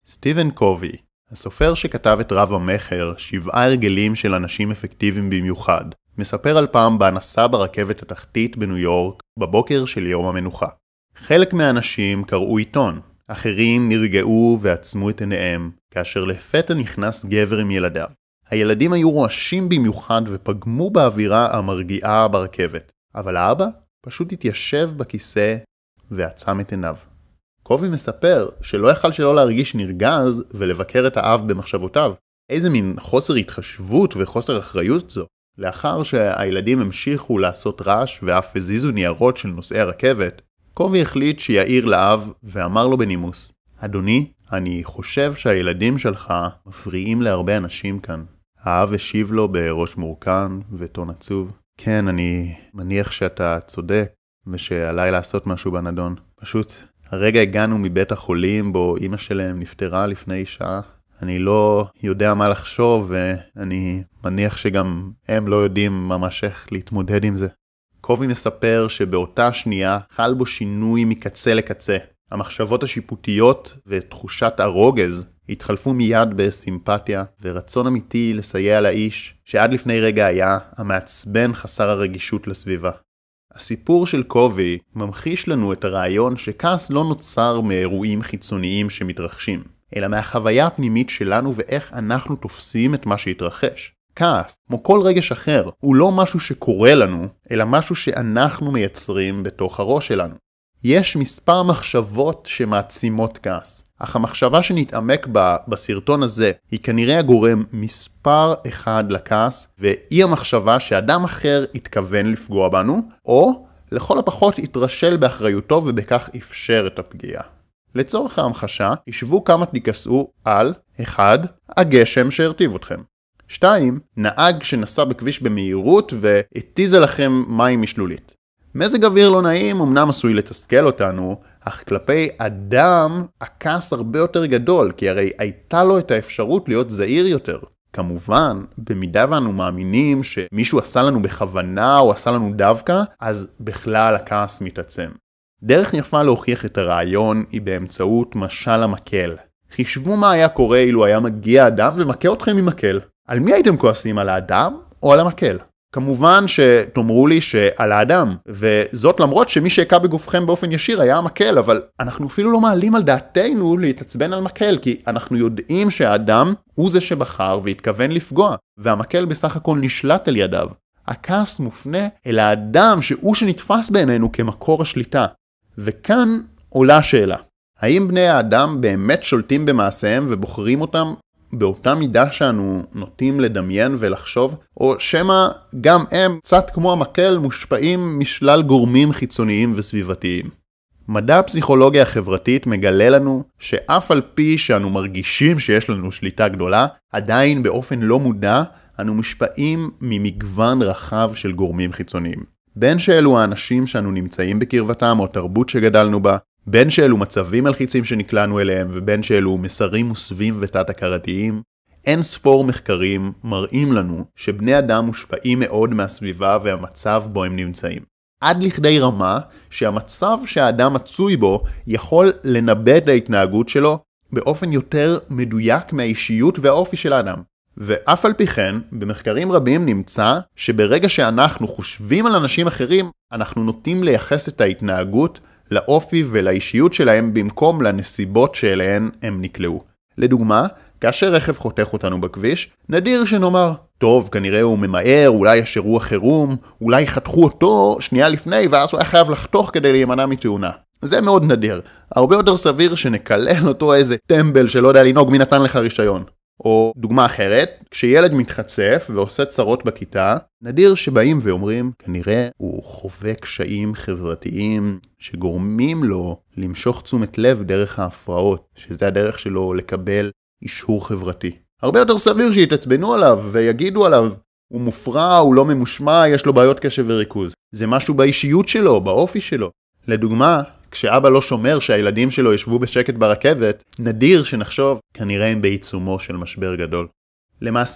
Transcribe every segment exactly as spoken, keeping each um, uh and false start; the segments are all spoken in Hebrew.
סטיבן קובי, הסופר שכתב את רב המכר, שבעה הרגלים של אנשים אפקטיביים במיוחד, מספר על פעם בה נסע ברכבת התחתית בניו יורק בבוקר של יום המנוחה. חלק מהאנשים קראו עיתון, אחרים נרגעו ועצמו את עיניהם, כאשר לפתע נכנס גבר עם ילדיו. הילדים היו רועשים במיוחד ופגמו באווירה המרגיעה ברכבת, אבל האבא פשוט התיישב בכיסא ועצם את עיניו. קובי מספר שלא יכל שלא להרגיש נרגז ולבקר את האב במחשבותיו. איזה מין חוסר התחשבות וחוסר אחריות זו. לאחר שהילדים המשיכו לעשות רעש ואף הזיזו ניירות של נוסעי הרכבת, קובי החליט שיעיר לאב ואמר לו בנימוס, אדוני, אני חושב שהילדים שלך מפריעים להרבה אנשים כאן. האב השיב לו בראש מורכן וטון עצוב, כן, אני מניח שאתה צודק ושעליי לעשות משהו בנדון. פשוט הרגע הגענו מבית החולים בו אמא שלהם נפטרה לפני שעה. אני לא יודע מה לחשוב ואני מניח שגם הם לא יודעים ממש איך להתמודד עם זה. קובי מספר שבאותה שנייה חל בו שינוי מקצה לקצה. המחשבות השיפוטיות ותחושת הרוגז התחלפו מיד בסימפתיה ורצון אמיתי לסייע לאיש שעד לפני רגע היה המעצבן חסר הרגישות לסביבה. הסיפור של קובי ממחיש לנו את הרעיון שכעס לא נוצר מאירועים חיצוניים שמתרחשים, אלא מהחוויה הפנימית שלנו ואיך אנחנו תופסים את מה שהתרחש. כעס, כמו כל רגש אחר, הוא לא משהו שקורה לנו, אלא משהו שאנחנו מייצרים בתוך הראש שלנו. יש מספר מחשבות שמעצימות כעס, אך המחשבה שנתעמק בה בסרטון הזה היא כנראה הגורם מספר אחד לכעס, והיא המחשבה שאדם אחר התכוון לפגוע בנו, או לכל הפחות התרשל באחריותו ובכך אפשר את הפגיעה. לצורך ההמחשה, ישבו כמה תיכסו על אחד הגשם שהרטיב אתכם. שתיים נהג שנסע בכביש במהירות והתיזה לכם מים משלולית. מזג אוויר לא נעים אמנם עשוי לתסכל אותנו, אך כלפי אדם הכעס הרבה יותר גדול, כי הרי הייתה לו את האפשרות להיות זהיר יותר. כמובן, במידה ואנו מאמינים שמישהו עשה לנו בכוונה או עשה לנו דווקא, אז בכלל הכעס מתעצם. דרך יפה להוכיח את הרעיון היא באמצעות משל המקל. חישבו מה היה קורה אילו היה מגיע אדם ומכה אתכם עם מקל. על מי הייתם כועסים, על האדם או על המקל? כמובן שתאמרו לי שעל האדם, וזאת למרות שמי שהכה בגופכם באופן ישיר היה המקל, אבל אנחנו אפילו לא מעלים על דעתנו להתעצבן על מקל, כי אנחנו יודעים שהאדם הוא זה שבחר והתכוון לפגוע, והמקל בסך הכל נשלט על ידיו. הכעס מופנה אל האדם שהוא שנתפס בעינינו כמקור השליטה. וכאן עולה שאלה, האם בני האדם באמת שולטים במעשיהם ובוחרים אותם באותה מידה שאנו נוטים לדמיין ולחשוב, או שמה גם הם, קצת כמו המקל, מושפעים משלל גורמים חיצוניים וסביבתיים. מדע הפסיכולוגיה החברתית מגלה לנו שאף על פי שאנו מרגישים שיש לנו שליטה גדולה, עדיין באופן לא מודע אנו מושפעים ממגוון רחב של גורמים חיצוניים. בין שאלו האנשים שאנו נמצאים בקרבתם או תרבות שגדלנו בה, בין שאלו מצבים מלחיצים שנקלענו אליהם ובין שאלו מסרים מוסווים ותת-הכרתיים, אין ספור מחקרים מראים לנו שבני אדם מושפעים מאוד מהסביבה והמצב בו הם נמצאים. עד לכדי רמה שהמצב שהאדם מצוי בו יכול לנבא את ההתנהגות שלו באופן יותר מדויק מהאישיות והאופי של האדם. ואף על פי כן, במחקרים רבים נמצא שברגע שאנחנו חושבים על אנשים אחרים, אנחנו נוטים לייחס את ההתנהגות לאופי ולאישיות שלהם במקום לנסיבות שאליהן הם נקלעו. לדוגמה, כאשר רכב חותך אותנו בכביש, נדיר שנאמר, טוב, כנראה הוא ממהר, אולי יש אירוע חירום, אולי חתכו אותו שנייה לפני ואז הוא היה חייב לחתוך כדי להימנע מתאונה. זה מאוד נדיר. הרבה יותר סביר שנקלל אותו איזה טמבל שלא יודע לנהוג מי נתן לך רישיון. או דוגמה אחרת, כשילד מתחצף ועושה צרות בכיתה, נדיר שבאים ואומרים, כנראה הוא חווה קשיים חברתיים שגורמים לו למשוך תשומת לב דרך ההפרעות, שזה הדרך שלו לקבל אישור חברתי. הרבה יותר סביר שיתעצבנו עליו ויגידו עליו, הוא מופרע, הוא לא ממושמע, יש לו בעיות קשב וריכוז. זה משהו באישיות שלו, באופי שלו. לדוגמה, כשאבא לא שומר שהילדים שלו ישבו בשקט ברכבת, נדיר שנחשוב כנראה הם בעיצומו של משבר גדול. למעשה,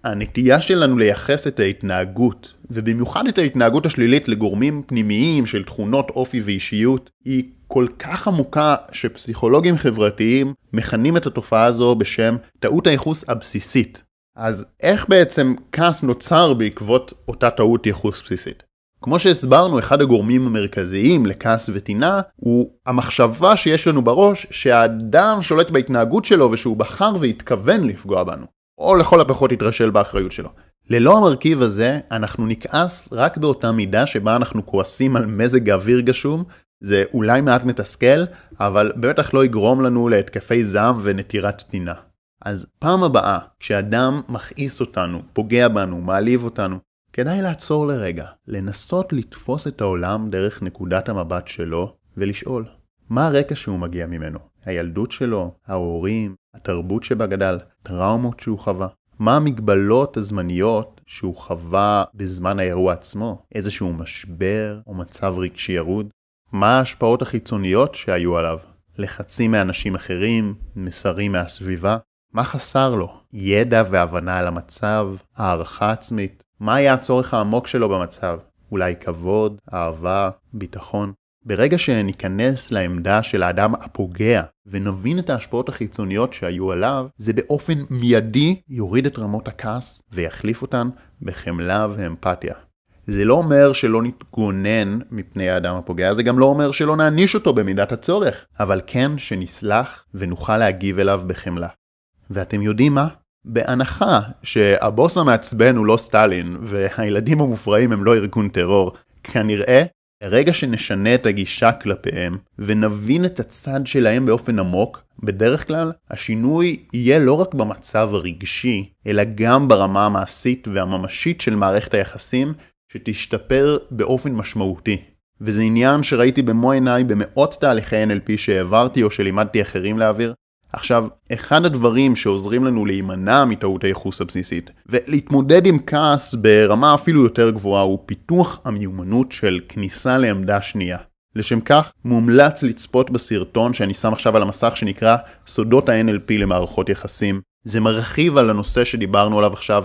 הנטייה שלנו לייחס את ההתנהגות, ובמיוחד את ההתנהגות השלילית לגורמים פנימיים של תכונות אופי ואישיות, היא כל כך עמוקה שפסיכולוגים חברתיים מכנים את התופעה הזו בשם טעות הייחוס הבסיסית. אז איך בעצם כעס נוצר בעקבות אותה טעות ייחוס בסיסית? כמו שהסברנו, אחד הגורמים המרכזיים לכעס וטינה הוא המחשבה שיש לנו בראש שהאדם שולט בהתנהגות שלו ושהוא בחר והתכוון לפגוע בנו, או לכל הפחות יתרשל באחריות שלו. ללא המרכיב הזה, אנחנו נכעס רק באותה מידה שבה אנחנו כועסים על מזג האוויר גשום. זה אולי מעט מתסכל, אבל בטח לא יגרום לנו להתקפי זעם ונטירת טינה. אז פעם הבאה, כשאדם מכעיס אותנו, פוגע בנו, מעליב אותנו, כדאי לעצור לרגע, לנסות לתפוס את העולם דרך נקודת המבט שלו, ולשאול, מה הרקע שהוא מגיע ממנו? הילדות שלו, ההורים, התרבות שבה גדל, טראומות שהוא חווה? מה המגבלות הזמניות שהוא חווה בזמן האירוע עצמו? איזשהו משבר או מצב רגשי ירוד? מה ההשפעות החיצוניות שהיו עליו? לחצים מאנשים אחרים, מסרים מהסביבה? מה חסר לו? ידע והבנה על המצב, הערכה עצמית? מה היה הצורך העמוק שלו במצב? אולי כבוד, אהבה, ביטחון? ברגע שניכנס לעמדה של האדם הפוגע ונבין את ההשפעות החיצוניות שהיו עליו, זה באופן מיידי יוריד את רמות הכעס ויחליף אותן בחמלה ואמפתיה. זה לא אומר שלא נתגונן מפני האדם הפוגע, זה גם לא אומר שלא נעניש אותו במידת הצורך, אבל כן שנסלח ונוכל להגיב אליו בחמלה. ואתם יודעים מה? בהנחה שהבוס המעצבן הוא לא סטלין והילדים המופרעים הם לא ארגון טרור, כנראה הרגע שנשנה את הגישה כלפיהם ונבין את הצד שלהם באופן עמוק, בדרך כלל השינוי יהיה לא רק במצב הרגשי, אלא גם ברמה המעשית והממשית של מערכת היחסים שתשתפר באופן משמעותי. וזה עניין שראיתי במו עיניי במאות תהליכי אן אל פי שהעברתי או שלימדתי אחרים להעביר. עכשיו, אחד הדברים שעוזרים לנו להימנע מטעות הייחוס הבסיסית ולהתמודד עם כעס ברמה אפילו יותר גבוהה הוא פיתוח המיומנות של כניסה לעמדה שנייה. לשם כך, מומלץ לצפות בסרטון שאני שם עכשיו על המסך שנקרא סודות ה-אן אל פי למערכות יחסים. זה מרחיב על הנושא שדיברנו עליו עכשיו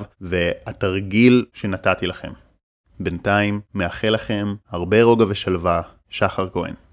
והתרגיל שנתתי לכם. בינתיים, מאחל לכם הרבה רוגע ושלווה, שחר כהן.